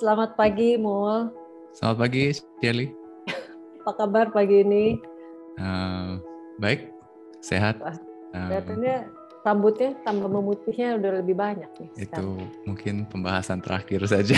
Selamat pagi, Mul. Selamat pagi, Shelly. Apa kabar pagi ini? Baik, sehat. Kelihatannya rambutnya tambah memutihnya udah lebih banyak nih Itu sekarang. mungkin pembahasan terakhir saja.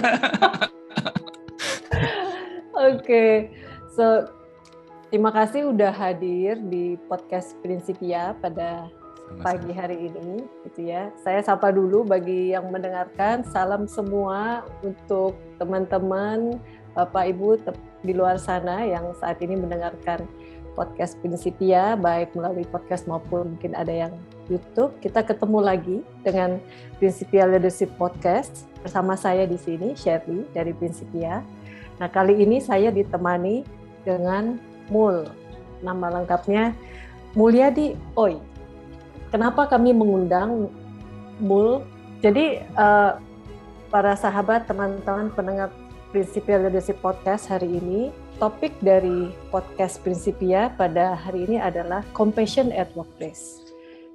Oke, so terima kasih udah hadir di podcast Prinsipia pada pagi hari ini, gitu ya. Saya sapa dulu bagi yang mendengarkan. Salam semua untuk teman-teman, Bapak Ibu di luar sana yang saat ini mendengarkan podcast Prinsipia, baik melalui podcast maupun mungkin ada yang YouTube. Kita ketemu lagi dengan Prinsipia Leadership Podcast bersama saya di sini, Sherly dari Prinsipia. Nah, kali ini saya ditemani dengan Mul. Nama lengkapnya Mulyadi Oi. Kenapa kami mengundang Mul? Jadi para sahabat, teman-teman pendengar Prinsipia Leadership Podcast hari ini, topik dari podcast Prinsipia pada hari ini adalah Compassion at Workplace.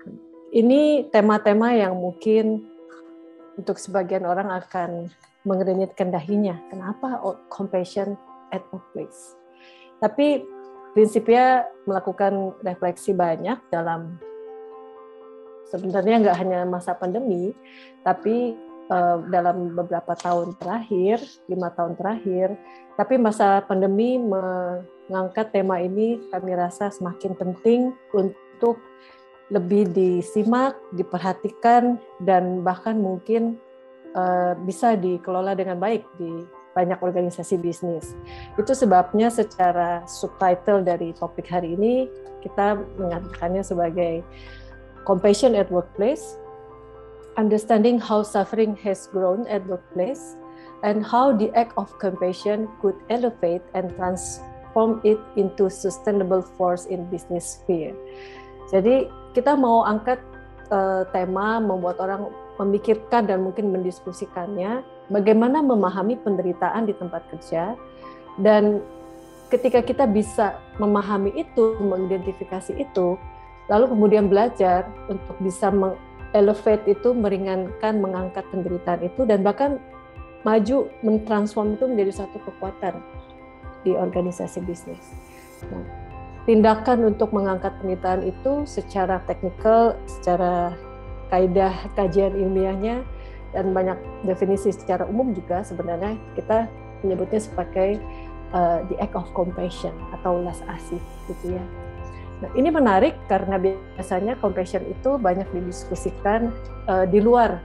Ini tema-tema yang mungkin untuk sebagian orang akan mengernyitkan dahinya. Kenapa Compassion at Workplace? Tapi Prinsipia melakukan refleksi banyak dalam sebenarnya nggak hanya masa pandemi, tapi dalam beberapa tahun terakhir, 5 tahun terakhir, tapi masa pandemi mengangkat tema ini kami rasa semakin penting untuk lebih disimak, diperhatikan, dan bahkan mungkin bisa dikelola dengan baik di banyak organisasi bisnis. Itu sebabnya secara subtitle dari topik hari ini kita mengatakannya sebagai Compassion at Workplace, Understanding how Suffering has Grown at Workplace, and how the act of compassion could elevate and transform it into sustainable force in business sphere. Jadi kita mau angkat tema membuat orang memikirkan dan mungkin mendiskusikannya, bagaimana memahami penderitaan di tempat kerja, dan ketika kita bisa memahami itu, mengidentifikasi itu, lalu kemudian belajar untuk bisa elevate itu, meringankan, mengangkat penderitaan itu, dan bahkan maju, mentransform itu menjadi satu kekuatan di organisasi bisnis. Nah, tindakan untuk mengangkat penderitaan itu secara teknikal, secara kaidah kajian ilmiahnya, dan banyak definisi secara umum juga sebenarnya kita menyebutnya sebagai the act of compassion atau ulas asih, gitu ya. Nah, ini menarik karena biasanya compassion itu banyak didiskusikan di luar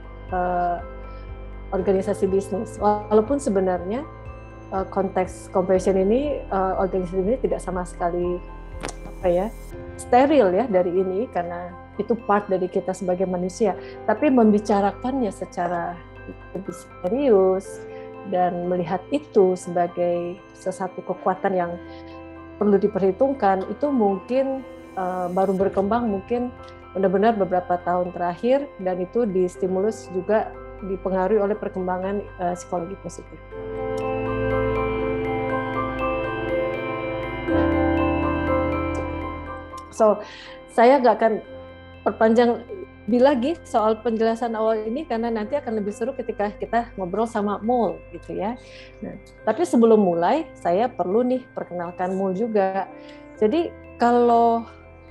organisasi bisnis. Walaupun sebenarnya konteks compassion ini, organisasi ini tidak sama sekali steril ya dari ini, karena itu part dari kita sebagai manusia. Tapi membicarakannya secara lebih serius dan melihat itu sebagai sesuatu kekuatan yang perlu diperhitungkan, itu mungkin baru berkembang mungkin benar-benar beberapa tahun terakhir, dan itu distimulus juga dipengaruhi oleh perkembangan psikologi positif. So, saya nggak akan perpanjang lagi soal penjelasan awal ini karena nanti akan lebih seru ketika kita ngobrol sama Mul, gitu ya. Nah, tapi sebelum mulai, saya perlu nih perkenalkan Mul juga. Jadi kalau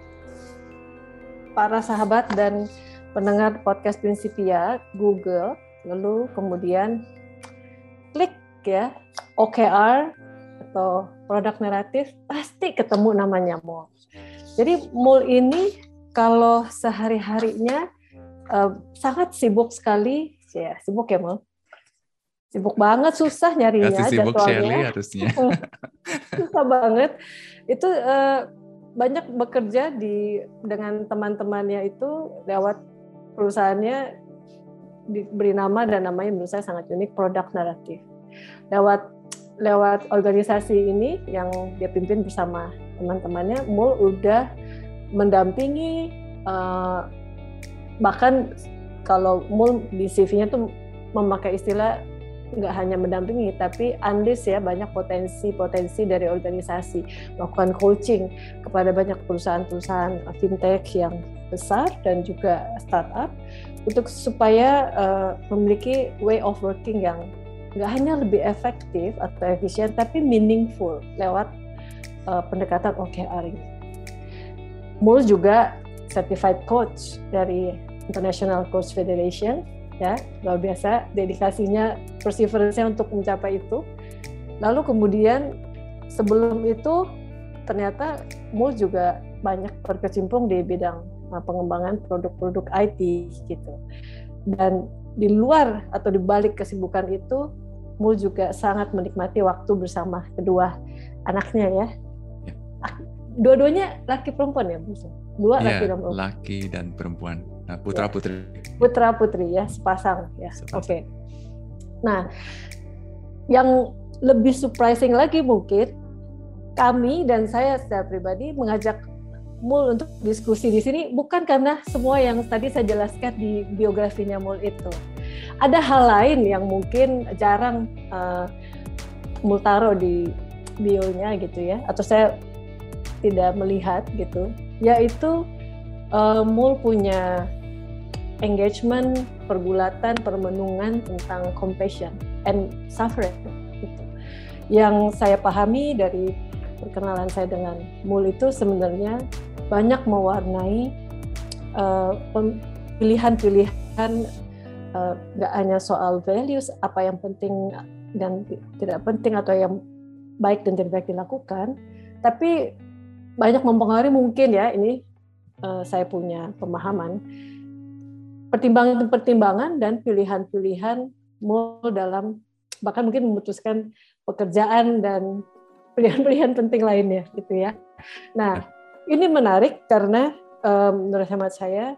para sahabat dan pendengar podcast Prinsipia, Google, lalu kemudian klik ya OKR atau produk naratif, pasti ketemu namanya Mul. Jadi Mul ini kalau sehari-harinya sangat sibuk sekali, ya sibuk ya Mul? Sibuk banget, susah nyarinya sibuk jadwalnya. Harusnya. Susah banget. Itu banyak bekerja dengan teman-temannya itu lewat perusahaannya diberi nama, dan namanya menurut saya sangat unik, Produk Naratif. Lewat organisasi ini yang dia pimpin bersama teman-temannya, Mul udah mendampingi, bahkan kalau Mul di CV-nya tuh memakai istilah nggak hanya mendampingi, tapi unleash ya banyak potensi dari organisasi, melakukan coaching kepada banyak perusahaan-perusahaan fintech yang besar dan juga startup untuk supaya memiliki way of working yang nggak hanya lebih efektif atau efisien, tapi meaningful lewat pendekatan OKR ini. Mul juga certified coach dari International Coach Federation, ya, luar biasa dedikasinya, perseverance-nya untuk mencapai itu. Lalu kemudian sebelum itu ternyata Mul juga banyak berkecimpung di bidang pengembangan produk-produk IT gitu. Dan di luar atau di balik kesibukan itu, Mul juga sangat menikmati waktu bersama kedua anaknya ya. Dua-duanya laki perempuan ya, Bu? Dua laki dan perempuan. Laki dan perempuan. Nah, putra-putri. Putra-putri ya, sepasang ya. Oke. Nah, yang lebih surprising lagi mungkin kami dan saya secara pribadi mengajak Mul untuk diskusi di sini bukan karena semua yang tadi saya jelaskan di biografinya Mul itu. Ada hal lain yang mungkin jarang Mul taruh di bionya gitu ya, atau saya tidak melihat gitu, yaitu Mul punya engagement, pergulatan, permenungan tentang compassion and suffering gitu. Yang saya pahami dari perkenalan saya dengan Mul itu sebenarnya banyak mewarnai pilihan-pilihan, nggak hanya soal values, apa yang penting dan tidak penting atau yang baik dan tidak baik dilakukan, tapi banyak mempengaruhi mungkin ya, ini saya punya pemahaman, pertimbangan-pertimbangan dan pilihan-pilihan Mul dalam bahkan mungkin memutuskan pekerjaan dan pilihan-pilihan penting lainnya gitu ya. Nah, ini menarik karena menurut hemat saya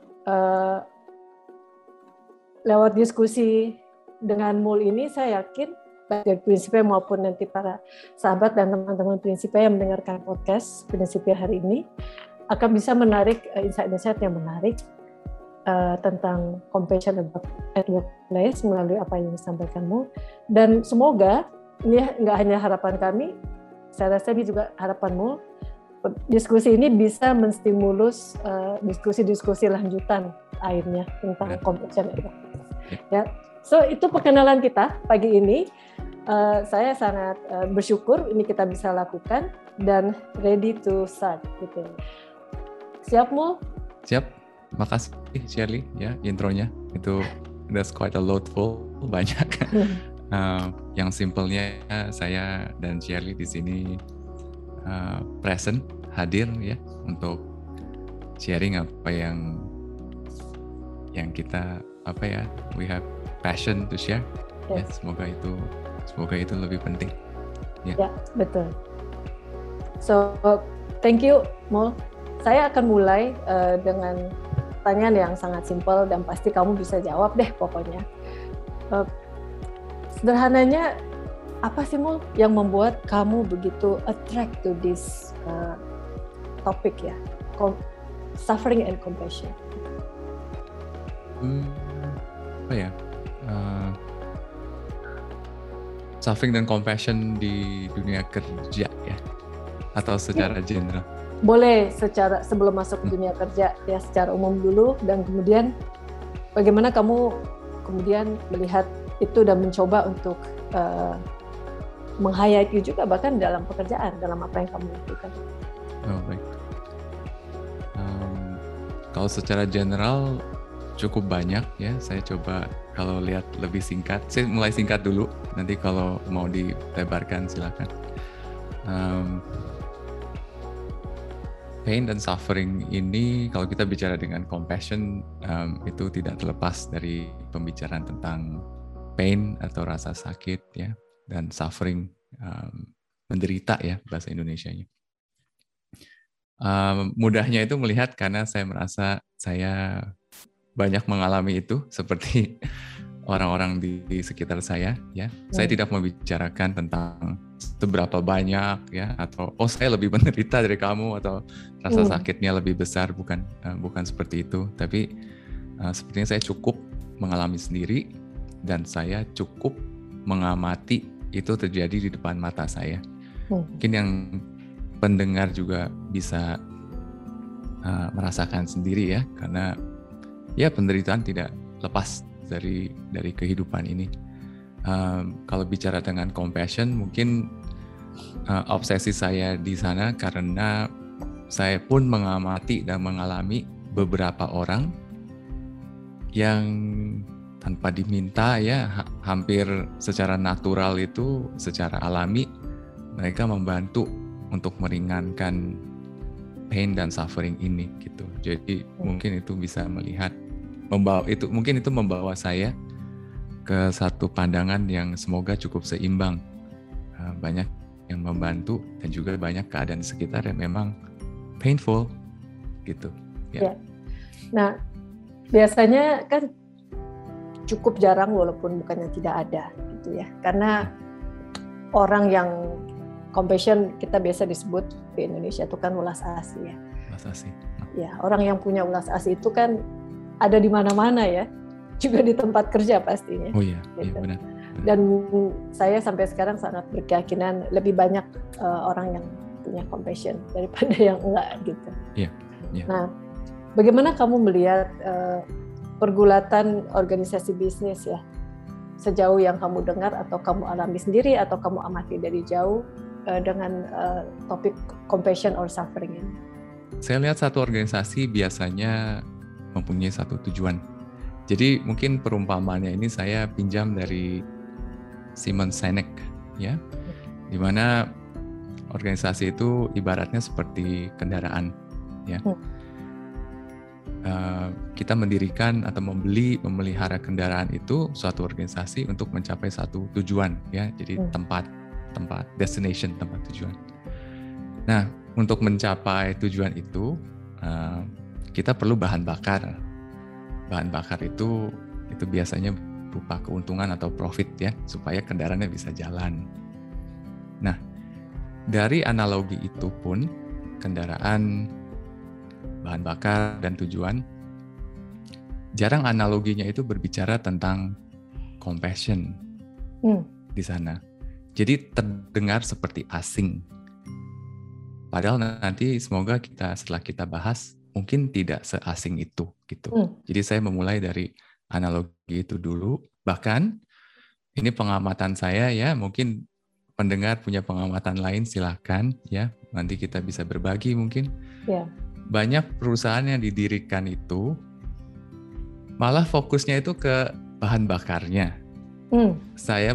lewat diskusi dengan Mul ini saya yakin baik dari Prinsipia maupun nanti para sahabat dan teman-teman Prinsipia yang mendengarkan podcast Prinsipia hari ini akan bisa menarik insight-insight yang menarik tentang compassion at workplace melalui apa yang disampaikan Mul. Dan semoga ini nggak hanya harapan kami, saya rasa ini juga harapan Mul, diskusi ini bisa menstimulus diskusi-diskusi lanjutan akhirnya tentang compassion at workplace. Ya. So itu perkenalan kita pagi ini. Saya sangat bersyukur ini kita bisa lakukan dan ready to start gitu. Siap Mul? Siap. Makasih Shirley ya intronya. Itu that's quite a loadful, banyak. Yang simpelnya saya dan Shirley di sini present, hadir ya untuk sharing apa yang kita we have passion to share. Yes. Ya, semoga itu lebih penting. Ya, betul. So, thank you Mul. Saya akan mulai dengan pertanyaan yang sangat simpel dan pasti kamu bisa jawab deh pokoknya. Sederhananya, apa sih Mul yang membuat kamu begitu attract to this topic ya, suffering and compassion? Suffering dan compassion di dunia kerja ya, atau secara general? Boleh sebelum masuk ke dunia kerja ya, secara umum dulu, dan kemudian bagaimana kamu kemudian melihat itu dan mencoba untuk meng-highlight juga bahkan dalam pekerjaan, dalam apa yang kamu lakukan. Oh baik. Kalau secara general cukup banyak ya, saya coba kalau lihat lebih singkat, saya mulai singkat dulu, nanti kalau mau dilebarkan silakan. Pain dan suffering ini, kalau kita bicara dengan compassion, itu tidak terlepas dari pembicaraan tentang pain atau rasa sakit ya, dan suffering, menderita ya bahasa Indonesianya. Mudahnya itu melihat karena saya merasa saya banyak mengalami itu seperti orang-orang di sekitar saya ya. Saya tidak membicarakan tentang seberapa banyak ya, atau saya lebih menderita dari kamu, atau rasa sakitnya lebih besar, bukan seperti itu, tapi sepertinya saya cukup mengalami sendiri dan saya cukup mengamati itu terjadi di depan mata saya. Mungkin yang pendengar juga bisa merasakan sendiri ya, karena ya penderitaan tidak lepas dari kehidupan ini. Kalau bicara dengan compassion, mungkin obsesi saya di sana karena saya pun mengamati dan mengalami beberapa orang yang tanpa diminta ya, hampir secara natural itu, secara alami mereka membantu untuk meringankan pain dan suffering ini gitu. Jadi mungkin itu bisa membawa saya ke satu pandangan yang semoga cukup seimbang. Banyak yang membantu dan juga banyak keadaan sekitar yang memang painful gitu. Ya. Nah, biasanya kan cukup jarang walaupun bukannya tidak ada gitu ya. Karena orang yang compassion kita biasa disebut di Indonesia itu kan ulas asih ya. Ulas asih. Ya, orang yang punya ulas asih itu kan ada di mana-mana ya. Juga di tempat kerja pastinya. Oh iya, gitu. iya benar. Dan saya sampai sekarang sangat berkeyakinan lebih banyak orang yang punya compassion daripada yang enggak gitu. Iya. Yeah. Nah, bagaimana kamu melihat pergulatan organisasi bisnis ya, sejauh yang kamu dengar atau kamu alami sendiri atau kamu amati dari jauh dengan topik compassion or suffering ini? Saya lihat satu organisasi biasanya mempunyai satu tujuan. Jadi mungkin perumpamaannya ini saya pinjam dari Simon Sinek ya, di mana organisasi itu ibaratnya seperti kendaraan ya. Kita mendirikan atau memelihara kendaraan itu suatu organisasi untuk mencapai satu tujuan ya, jadi tempat destination, tempat tujuan. Nah, untuk mencapai tujuan itu kita perlu bahan bakar. Bahan bakar itu biasanya berupa keuntungan atau profit ya, supaya kendaraannya bisa jalan. Nah, dari analogi itu pun kendaraan, bahan bakar dan tujuan, jarang analoginya itu berbicara tentang compassion di sana. Jadi terdengar seperti asing. Padahal nanti semoga setelah kita bahas mungkin tidak seasing itu gitu. Jadi saya memulai dari analogi itu dulu. Bahkan ini pengamatan saya ya, mungkin pendengar punya pengamatan lain silakan ya. Nanti kita bisa berbagi mungkin. Yeah. Banyak perusahaan yang didirikan itu malah fokusnya itu ke bahan bakarnya. Saya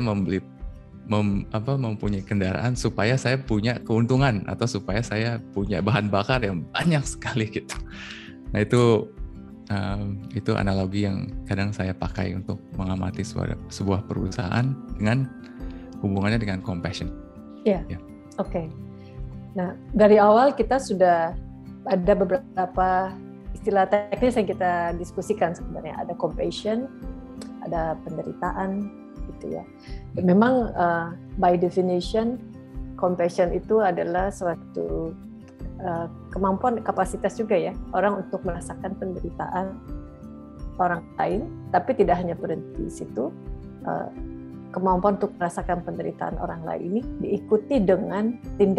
mempunyai kendaraan supaya saya punya keuntungan atau supaya saya punya bahan bakar yang banyak sekali gitu. Nah itu analogi yang kadang saya pakai untuk mengamati sebuah perusahaan dengan hubungannya dengan compassion. Yeah. Yeah. Oke. Nah dari awal kita sudah ada beberapa istilah teknis yang kita diskusikan sebenarnya. Ada compassion, ada penderitaan. Gitu ya. Memang by definition compassion itu adalah suatu kemampuan, kapasitas juga ya orang untuk merasakan penderitaan orang lain, tapi tidak hanya berhenti di situ. Kemampuan untuk merasakan penderitaan orang lain ini diikuti dengan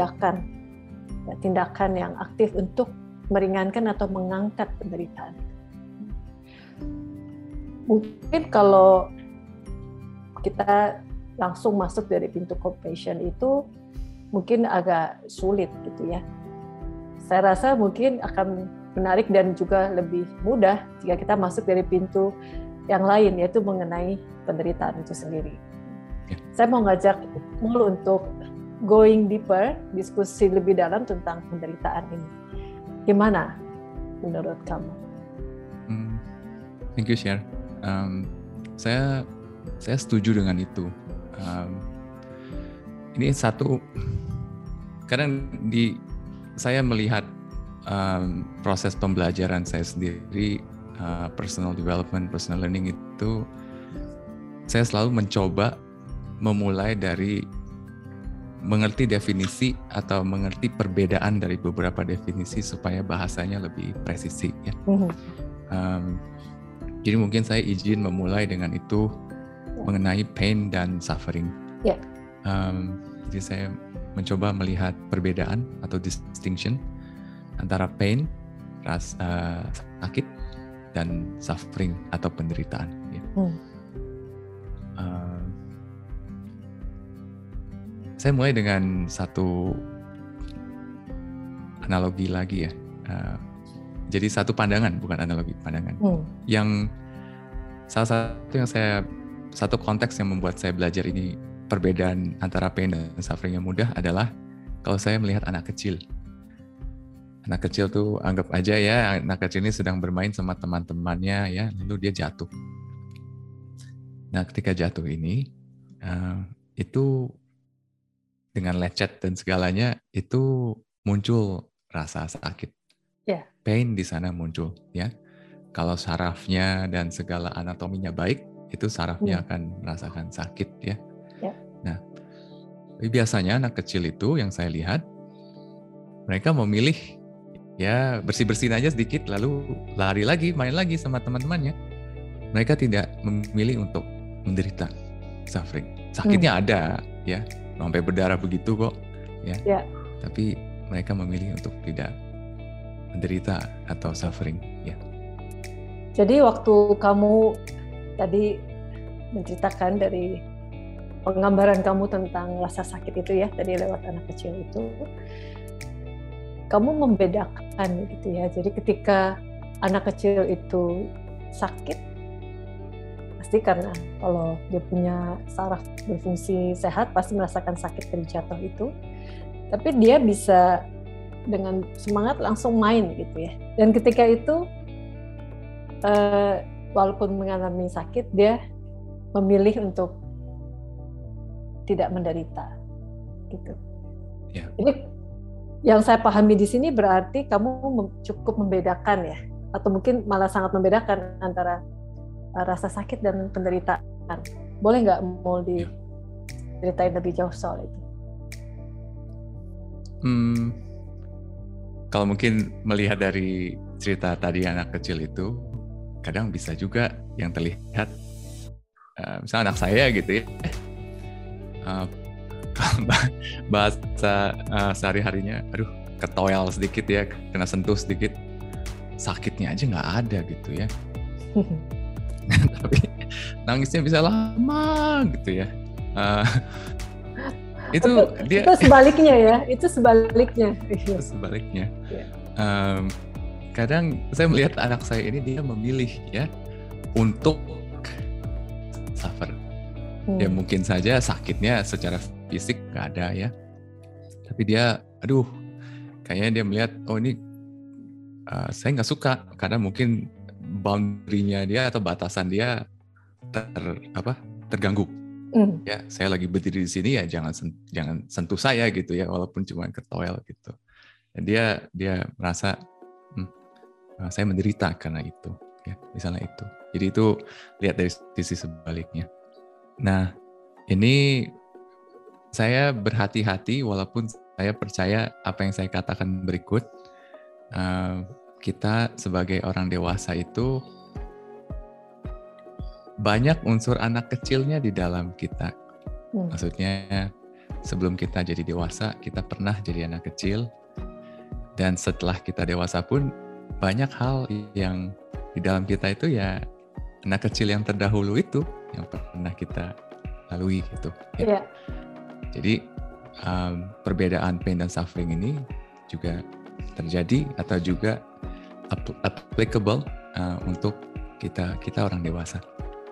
tindakan yang aktif untuk meringankan atau mengangkat penderitaan. Mungkin kalau kita langsung masuk dari pintu compassion itu mungkin agak sulit gitu ya. Saya rasa mungkin akan menarik dan juga lebih mudah jika kita masuk dari pintu yang lain, yaitu mengenai penderitaan itu sendiri. Saya mau ngajak Mul untuk going deeper, diskusi lebih dalam tentang penderitaan ini. Gimana menurut kamu? Thank you, Sher. Saya setuju dengan itu. Ini satu, kadang saya melihat proses pembelajaran saya sendiri, personal development, personal learning itu, saya selalu mencoba memulai dari mengerti definisi atau mengerti perbedaan dari beberapa definisi supaya bahasanya lebih presisi. Ya. Jadi mungkin saya izin memulai dengan itu. Mengenai pain dan suffering. Yeah. Jadi saya mencoba melihat perbedaan atau distinction antara pain, sakit, dan suffering atau penderitaan. Ya. Saya mulai dengan satu analogi lagi ya. Jadi satu pandangan, bukan analogi, pandangan. Yang salah satu konteks yang membuat saya belajar ini, perbedaan antara pain dan suffering yang mudah adalah kalau saya melihat anak kecil. Anak kecil tuh anggap aja ya, anak kecil ini sedang bermain sama teman-temannya ya, lalu dia jatuh. Nah, ketika jatuh ini, itu dengan lecet dan segalanya itu muncul rasa sakit. Yeah. Pain di sana muncul ya. Kalau sarafnya dan segala anatominya baik, itu sarafnya akan merasakan sakit ya. Yeah. Nah, biasanya anak kecil itu yang saya lihat, mereka memilih ya bersih-bersihin aja sedikit lalu lari lagi, main lagi sama teman-temannya. Mereka tidak memilih untuk menderita suffering. Sakitnya ada ya, sampai berdarah begitu kok ya. Yeah. Tapi mereka memilih untuk tidak menderita atau suffering ya. Jadi waktu kamu tadi menceritakan dari penggambaran kamu tentang rasa sakit itu ya, tadi lewat anak kecil itu, kamu membedakan gitu ya. Jadi ketika anak kecil itu sakit, pasti karena kalau dia punya saraf berfungsi sehat pasti merasakan sakit dari jatuh itu. Tapi dia bisa dengan semangat langsung main gitu ya. Dan ketika itu walaupun mengalami sakit, dia memilih untuk tidak menderita gitu. Ya. Jadi yang saya pahami di sini berarti kamu cukup membedakan ya, atau mungkin malah sangat membedakan antara rasa sakit dan penderitaan. Boleh nggak mau diceritain lebih jauh soal itu? Kalau mungkin melihat dari cerita tadi anak kecil itu, kadang bisa juga yang terlihat, misalnya anak saya gitu ya, bahasa sehari-harinya, aduh ketoel sedikit ya, kena sentuh sedikit, sakitnya aja nggak ada gitu ya. Tapi nangisnya bisa lama gitu ya. Itu sebaliknya ya, itu sebaliknya. Itu sebaliknya. Yeah. Kadang saya melihat anak saya ini dia memilih ya untuk suffer. Ya mungkin saja sakitnya secara fisik nggak ada ya, tapi dia, aduh, kayaknya dia melihat, oh ini saya nggak suka karena mungkin boundary-nya dia atau batasan dia terganggu. Ya, saya lagi berdiri di sini ya jangan sentuh saya gitu ya, walaupun cuma ketoel gitu. Dan dia merasa saya menderita karena itu, ya misalnya itu. Jadi itu lihat dari sisi sebaliknya. Nah, ini saya berhati-hati walaupun saya percaya apa yang saya katakan berikut. Kita sebagai orang dewasa itu banyak unsur anak kecilnya di dalam kita. Maksudnya sebelum kita jadi dewasa, kita pernah jadi anak kecil. Dan setelah kita dewasa pun banyak hal yang di dalam kita itu ya anak kecil yang terdahulu itu yang pernah kita lalui gitu. Ya. Yeah. Jadi perbedaan pain dan suffering ini juga terjadi atau juga applicable untuk kita orang dewasa.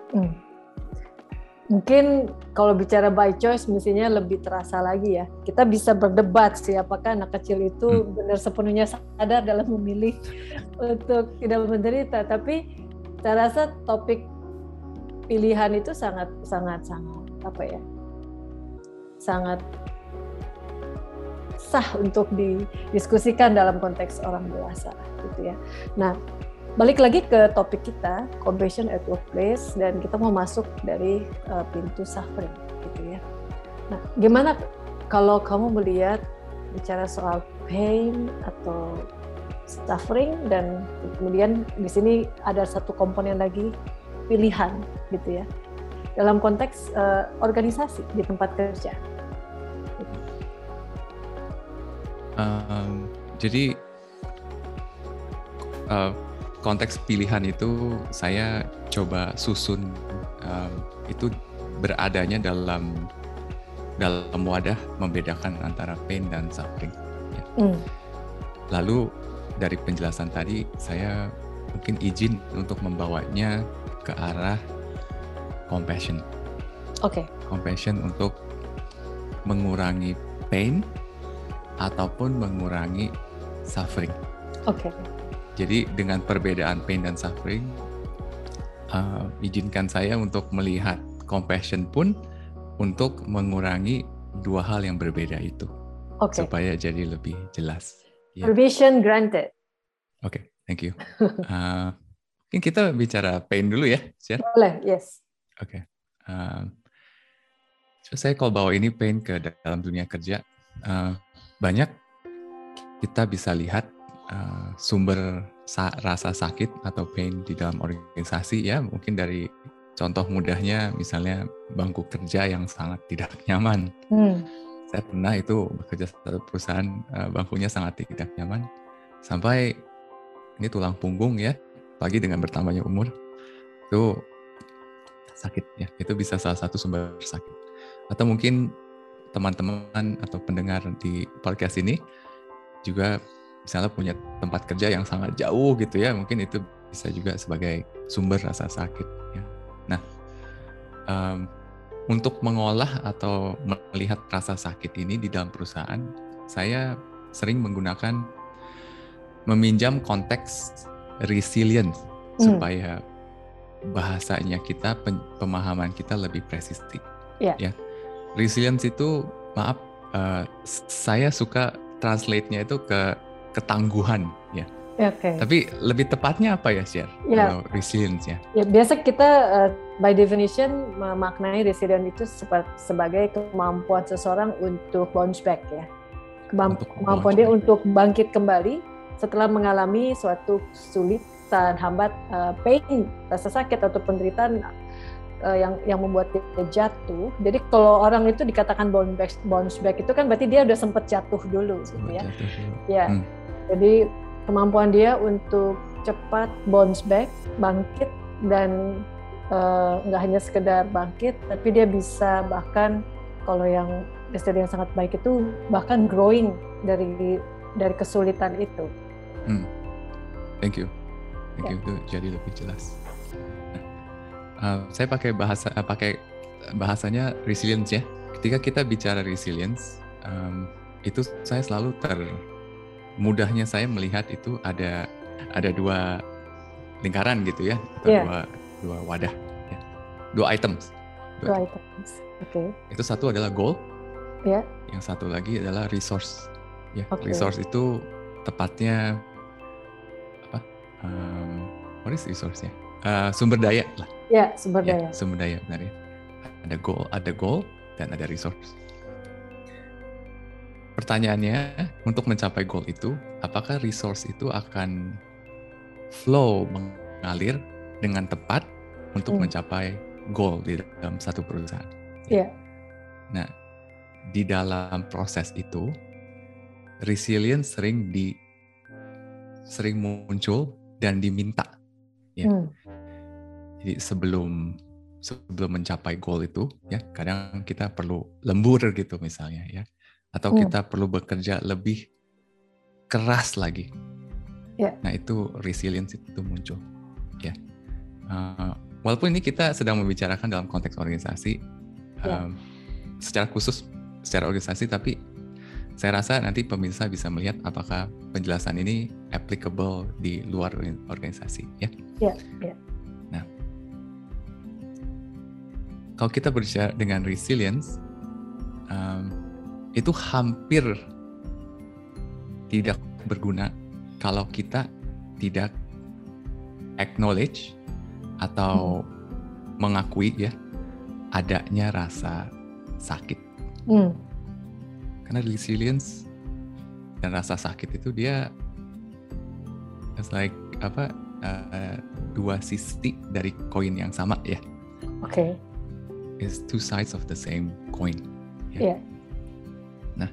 Mungkin kalau bicara by choice mestinya lebih terasa lagi ya. Kita bisa berdebat sih apakah anak kecil itu benar sepenuhnya sadar dalam memilih untuk tidak menderita. Tapi saya rasa topik pilihan itu sangat sangat sah untuk didiskusikan dalam konteks orang dewasa gitu ya. Nah, balik lagi ke topik kita, compassion at workplace, dan kita mau masuk dari pintu suffering gitu ya. Nah, gimana kalau kamu melihat bicara soal pain atau suffering, dan kemudian di sini ada satu komponen lagi, pilihan gitu ya, dalam konteks organisasi di tempat kerja. Jadi konteks pilihan itu saya coba susun itu beradanya dalam dalam wadah membedakan antara pain dan suffering. Ya. Lalu dari penjelasan tadi saya mungkin izin untuk membawanya ke arah compassion. Compassion untuk mengurangi pain ataupun mengurangi suffering. Jadi dengan perbedaan pain dan suffering, izinkan saya untuk melihat compassion pun untuk mengurangi dua hal yang berbeda itu, supaya jadi lebih jelas. Permission granted. Thank you. Mungkin kita bicara pain dulu ya, Sher? Boleh, yes. Saya kalau bawa ini pain ke dalam dunia kerja, banyak kita bisa lihat sumber rasa sakit atau pain di dalam organisasi ya, mungkin dari contoh mudahnya misalnya bangku kerja yang sangat tidak nyaman. Saya pernah itu bekerja satu perusahaan, bangkunya sangat tidak nyaman sampai ini tulang punggung ya, apalagi dengan bertambahnya umur itu sakit ya, itu bisa salah satu sumber sakit. Atau mungkin teman-teman atau pendengar di podcast ini juga misalnya punya tempat kerja yang sangat jauh gitu ya, mungkin itu bisa juga sebagai sumber rasa sakit ya. Nah, untuk mengolah atau melihat rasa sakit ini di dalam perusahaan, saya sering meminjam konteks resilience supaya bahasanya kita, pemahaman kita lebih presisi. Ya, resilience itu, maaf, saya suka translate-nya itu ke ketangguhan ya. Tapi lebih tepatnya apa ya, Sher? Kalau resilience ya? Biasa kita by definition memaknai resilience itu sebagai kemampuan seseorang untuk bounce back ya. Kemampuan dia untuk bangkit kembali setelah mengalami suatu kesulitan, hambat, pain, rasa sakit atau penderitaan yang membuat dia jatuh. Jadi kalau orang itu dikatakan bounce back itu kan berarti dia udah sempat jatuh dulu gitu ya. Jadi kemampuan dia untuk cepat bounce back, bangkit, dan nggak hanya sekedar bangkit, tapi dia bisa bahkan kalau yang resilience sangat baik itu bahkan growing dari kesulitan itu. Thank you. Itu jadi lebih jelas. Saya pakai bahasanya resilience ya. Ketika kita bicara resilience, itu saya selalu mudahnya saya melihat itu ada dua lingkaran gitu ya, atau dua wadah, ya. Dua items. Itu satu adalah goal, yang satu lagi adalah resource. Ya, resource itu tepatnya apa? What is resource-nya? Sumber daya lah. Ya, sumber daya. Sumber daya, benar ya. Ada goal dan ada resource. Pertanyaannya, untuk mencapai goal itu, apakah resource itu akan flow, mengalir dengan tepat untuk mencapai goal di dalam satu perusahaan? Nah, di dalam proses itu, resilience sering muncul dan diminta. Ya. Jadi sebelum mencapai goal itu, ya kadang kita perlu lembur gitu misalnya, ya. Atau kita perlu bekerja lebih keras lagi. Nah itu resilience itu muncul. Ya. Walaupun ini kita sedang membicarakan dalam konteks organisasi, secara khusus, secara organisasi, tapi saya rasa nanti pemirsa bisa melihat apakah penjelasan ini applicable di luar organisasi. Ya. Nah, kalau kita berbicara dengan resilience, itu hampir tidak berguna kalau kita tidak acknowledge atau mengakui ya adanya rasa sakit. Karena resilience dan rasa sakit itu dia it's like dua sisi dari koin yang sama ya. It's two sides of the same coin. Nah,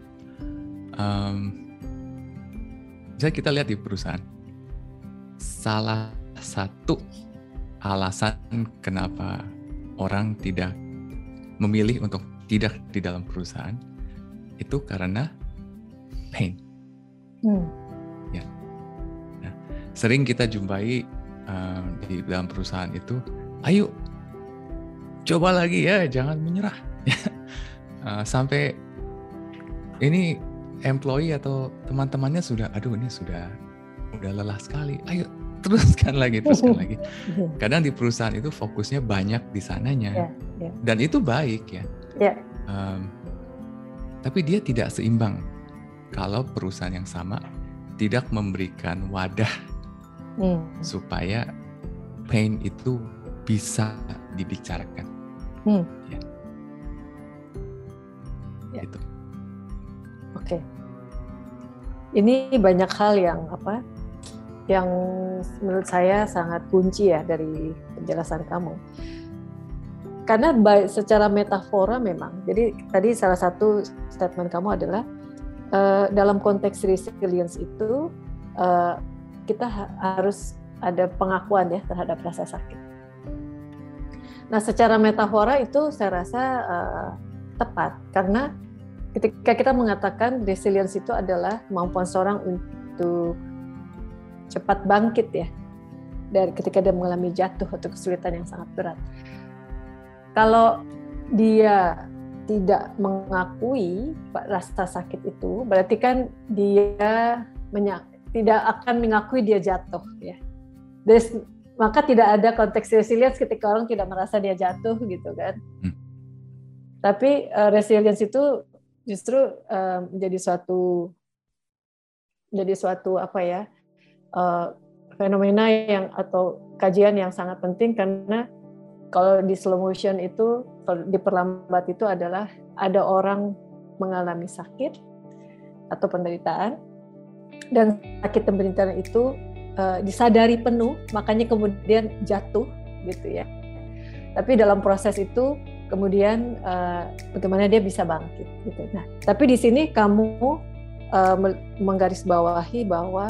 bisa kita lihat di perusahaan, salah satu alasan kenapa orang tidak memilih untuk tidak di dalam perusahaan itu karena pain. Ya. Nah, sering kita jumpai di dalam perusahaan itu, ayo coba lagi ya, jangan menyerah. Sampai ini employee atau teman-temannya sudah, aduh ini sudah lelah sekali, ayo teruskan lagi. Kadang di perusahaan itu fokusnya banyak di sananya, dan itu baik ya. Tapi dia tidak seimbang kalau perusahaan yang sama tidak memberikan wadah supaya pain itu bisa dibicarakan. Gitu. Oke. Ini banyak hal yang menurut saya sangat kunci ya dari penjelasan kamu. Karena secara metafora memang, jadi tadi salah satu statement kamu adalah dalam konteks resilience itu kita harus ada pengakuan ya terhadap rasa sakit. Nah, secara metafora itu saya rasa tepat, karena ketika kita mengatakan resilience itu adalah kemampuan seorang untuk cepat bangkit ya dari ketika dia mengalami jatuh atau kesulitan yang sangat berat. Kalau dia tidak mengakui rasa sakit itu, berarti kan dia tidak akan mengakui dia jatuh ya. Maka tidak ada konteks resilience ketika orang tidak merasa dia jatuh gitu kan. Tapi resilience itu justru menjadi suatu fenomena atau kajian yang sangat penting, karena kalau di slow motion itu, kalau diperlambat itu adalah ada orang mengalami sakit atau penderitaan, dan sakit penderitaan itu disadari penuh, makanya kemudian jatuh gitu ya. Tapi dalam proses itu kemudian bagaimana dia bisa bangkit gitu. Nah, tapi di sini kamu menggarisbawahi bahwa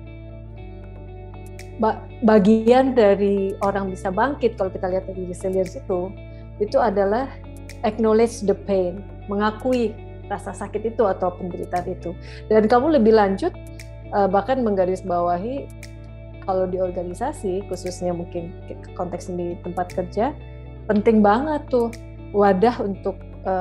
bagian dari orang bisa bangkit kalau kita lihat dari resilience itu adalah acknowledge the pain, mengakui rasa sakit itu atau penderitaan itu. Dan kamu lebih lanjut bahkan menggarisbawahi kalau di organisasi, khususnya mungkin konteks di tempat kerja, penting banget tuh wadah untuk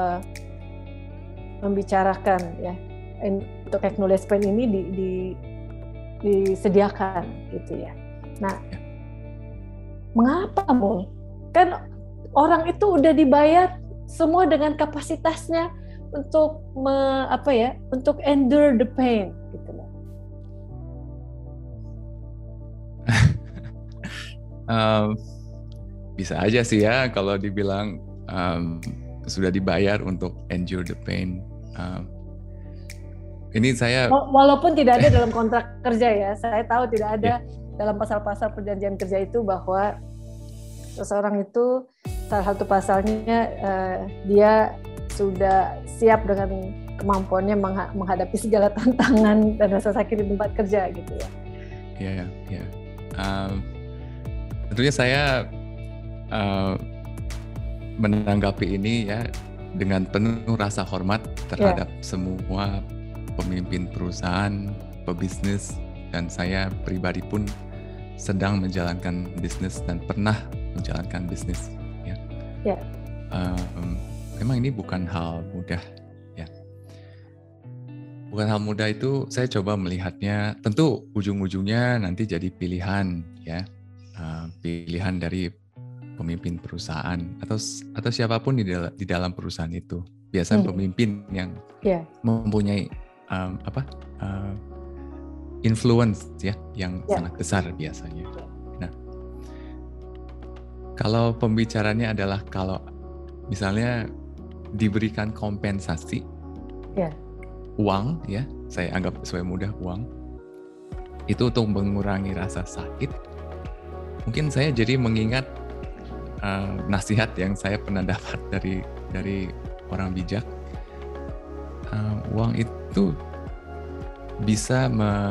membicarakan ya, untuk acknowledge pain ini disediakan gitu ya. Nah, mengapa Mul? Kan orang itu udah dibayar semua dengan kapasitasnya untuk untuk endure the pain gitu loh. Bisa aja sih ya kalau dibilang sudah dibayar untuk endure the pain. Ini saya walaupun tidak ada dalam kontrak kerja ya, saya tahu tidak ada dalam pasal-pasal perjanjian kerja itu bahwa seseorang itu salah satu pasalnya dia sudah siap dengan kemampuannya menghadapi segala tantangan dan rasa sakit di tempat kerja gitu ya. Iya. Tentunya saya menanggapi ini ya dengan penuh rasa hormat terhadap semua pemimpin perusahaan, pebisnis, dan saya pribadi pun sedang menjalankan bisnis dan pernah menjalankan bisnis. Ya. Memang ini bukan hal mudah. Ya. Bukan hal mudah itu saya coba melihatnya. Tentu ujung-ujungnya nanti jadi pilihan, ya, pilihan dari pemimpin perusahaan atau siapapun di dalam perusahaan itu. Biasanya pemimpin yang mempunyai influence ya yang sangat besar biasanya. Nah, kalau pembicaranya adalah kalau misalnya diberikan kompensasi uang ya, saya anggap sesuai mudah uang itu untuk mengurangi rasa sakit, mungkin saya jadi mengingat nasihat yang saya pernah dapat dari orang bijak. Uang itu bisa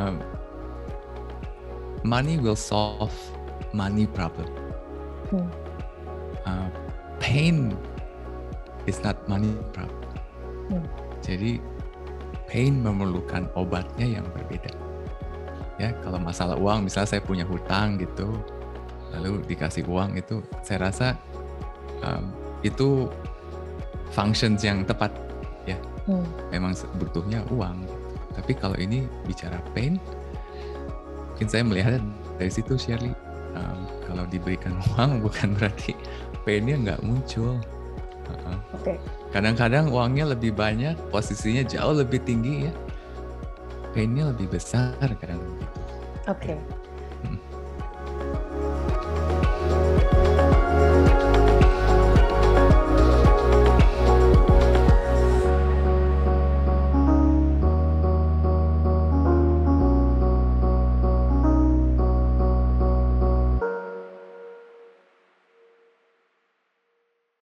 money will solve money problem. Pain it's not money problem. Jadi pain memerlukan obatnya yang berbeda. Ya, kalau masalah uang, misalnya saya punya hutang gitu, lalu dikasih uang itu, saya rasa itu functions yang tepat, ya. Memang butuhnya uang. Tapi kalau ini bicara pain, mungkin saya melihatnya dari situ, Shirley. Kalau diberikan uang bukan berarti pain-nya nggak muncul. Oke. Kadang-kadang uangnya lebih banyak, posisinya jauh lebih tinggi ya, pain-nya lebih besar kadang gitu. Oke.